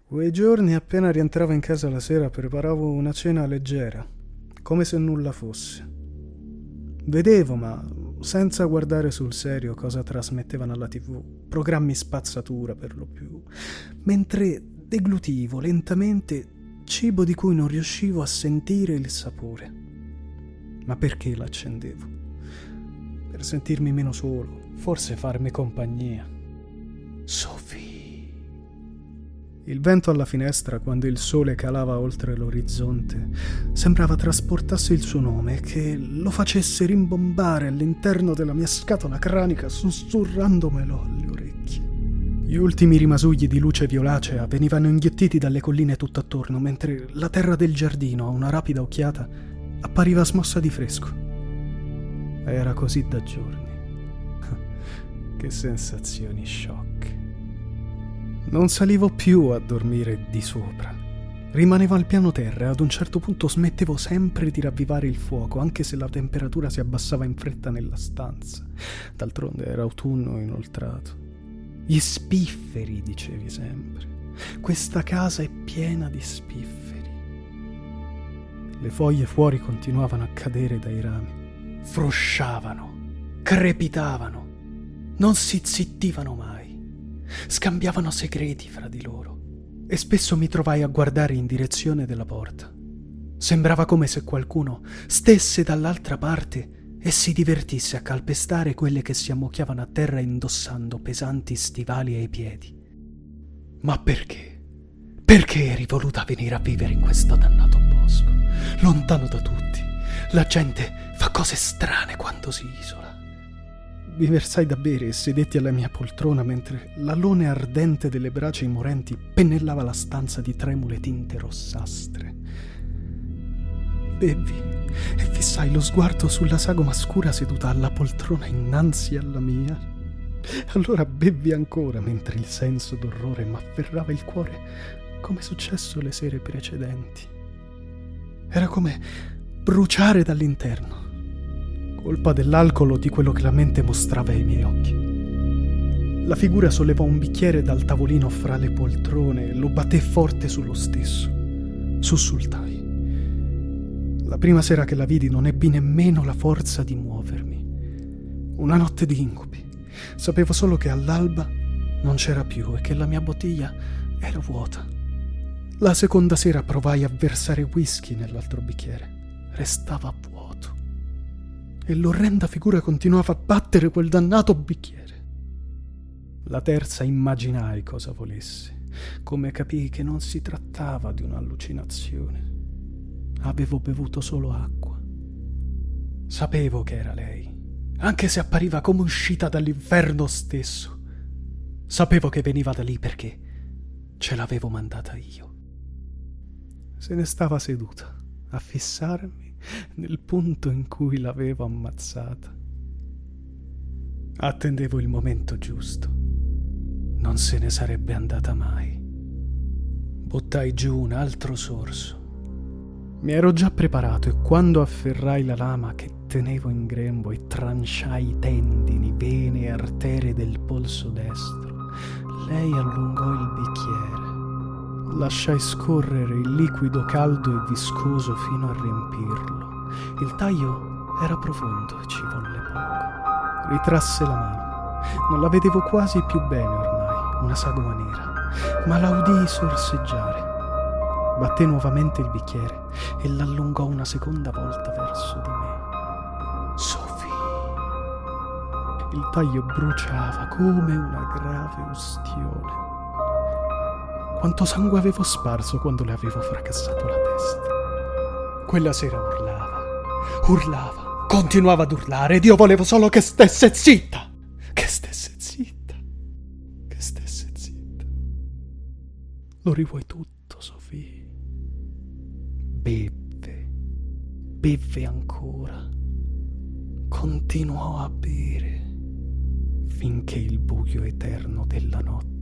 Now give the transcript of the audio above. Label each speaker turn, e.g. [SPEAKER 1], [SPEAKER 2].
[SPEAKER 1] Quei giorni, appena rientravo in casa la sera, preparavo una cena leggera, come se nulla fosse. Vedevo, ma senza guardare sul serio cosa trasmettevano alla TV, programmi spazzatura per lo più, mentre deglutivo lentamente cibo di cui non riuscivo a sentire il sapore. Ma perché l'accendevo? Per sentirmi meno solo, forse farmi compagnia. Sophie. Il vento alla finestra, quando il sole calava oltre l'orizzonte, sembrava trasportasse il suo nome e che lo facesse rimbombare all'interno della mia scatola cranica, sussurrandomelo alle orecchie. Gli ultimi rimasugli di luce violacea venivano inghiottiti dalle colline tutt'attorno, mentre la terra del giardino, a una rapida occhiata, appariva smossa di fresco. Era così da giorni. Che sensazioni sciocche. Non salivo più a dormire di sopra. Rimanevo al piano terra e ad un certo punto smettevo sempre di ravvivare il fuoco, anche se la temperatura si abbassava in fretta nella stanza. D'altronde era autunno inoltrato. Gli spifferi, dicevi sempre. Questa casa è piena di spifferi. Le foglie fuori continuavano a cadere dai rami. Frusciavano, crepitavano, non si zittivano mai. Scambiavano segreti fra di loro e spesso mi trovai a guardare in direzione della porta. Sembrava come se qualcuno stesse dall'altra parte e si divertisse a calpestare quelle che si ammucchiavano a terra indossando pesanti stivali ai piedi. Ma perché? Perché eri voluta venire a vivere in questo dannato bosco, lontano da tutti? La gente fa cose strane quando si isola. Mi versai da bere e sedetti alla mia poltrona mentre l'alone ardente delle braci morenti pennellava la stanza di tremule tinte rossastre. Bevvi e fissai lo sguardo sulla sagoma scura seduta alla poltrona innanzi alla mia. Allora bevvi ancora mentre il senso d'orrore m'afferrava il cuore come successo le sere precedenti. Era come bruciare dall'interno. Colpa dell'alcol o di quello che la mente mostrava ai miei occhi. La figura sollevò un bicchiere dal tavolino fra le poltrone e lo batté forte sullo stesso. Sussultai. La prima sera che la vidi non ebbi nemmeno la forza di muovermi. Una notte di incubi. Sapevo solo che all'alba non c'era più e che la mia bottiglia era vuota. La seconda sera provai a versare whisky nell'altro bicchiere. Restava vuoto. E l'orrenda figura continuava a battere quel dannato bicchiere. La terza immaginai cosa volesse, come capii che non si trattava di un'allucinazione. Avevo bevuto solo acqua. Sapevo che era lei, anche se appariva come uscita dall'inferno stesso. Sapevo che veniva da lì perché ce l'avevo mandata io. Se ne stava seduta a fissarmi nel punto in cui l'avevo ammazzata. Attendevo il momento giusto. Non se ne sarebbe andata mai. Buttai giù un altro sorso. Mi ero già preparato e quando afferrai la lama che tenevo in grembo e tranciai i tendini, vene e arterie del polso destro, lei allungò il bicchiere. Lasciai scorrere il liquido caldo e viscoso fino a riempirlo. Il taglio era profondo e ci volle poco. Ritrasse la mano. Non la vedevo quasi più bene ormai, una sagoma nera, ma la udii sorseggiare. Batté nuovamente il bicchiere e l'allungò una seconda volta verso di me. Sophie. Il taglio bruciava come una grave ustione. Quanto sangue avevo sparso quando le avevo fracassato la testa. Quella sera urlava, continuava ad urlare ed io volevo solo che stesse zitta. Lo rivuoi tutto, Sophie. Bevve ancora. Continuò a bere finché il buio eterno della notte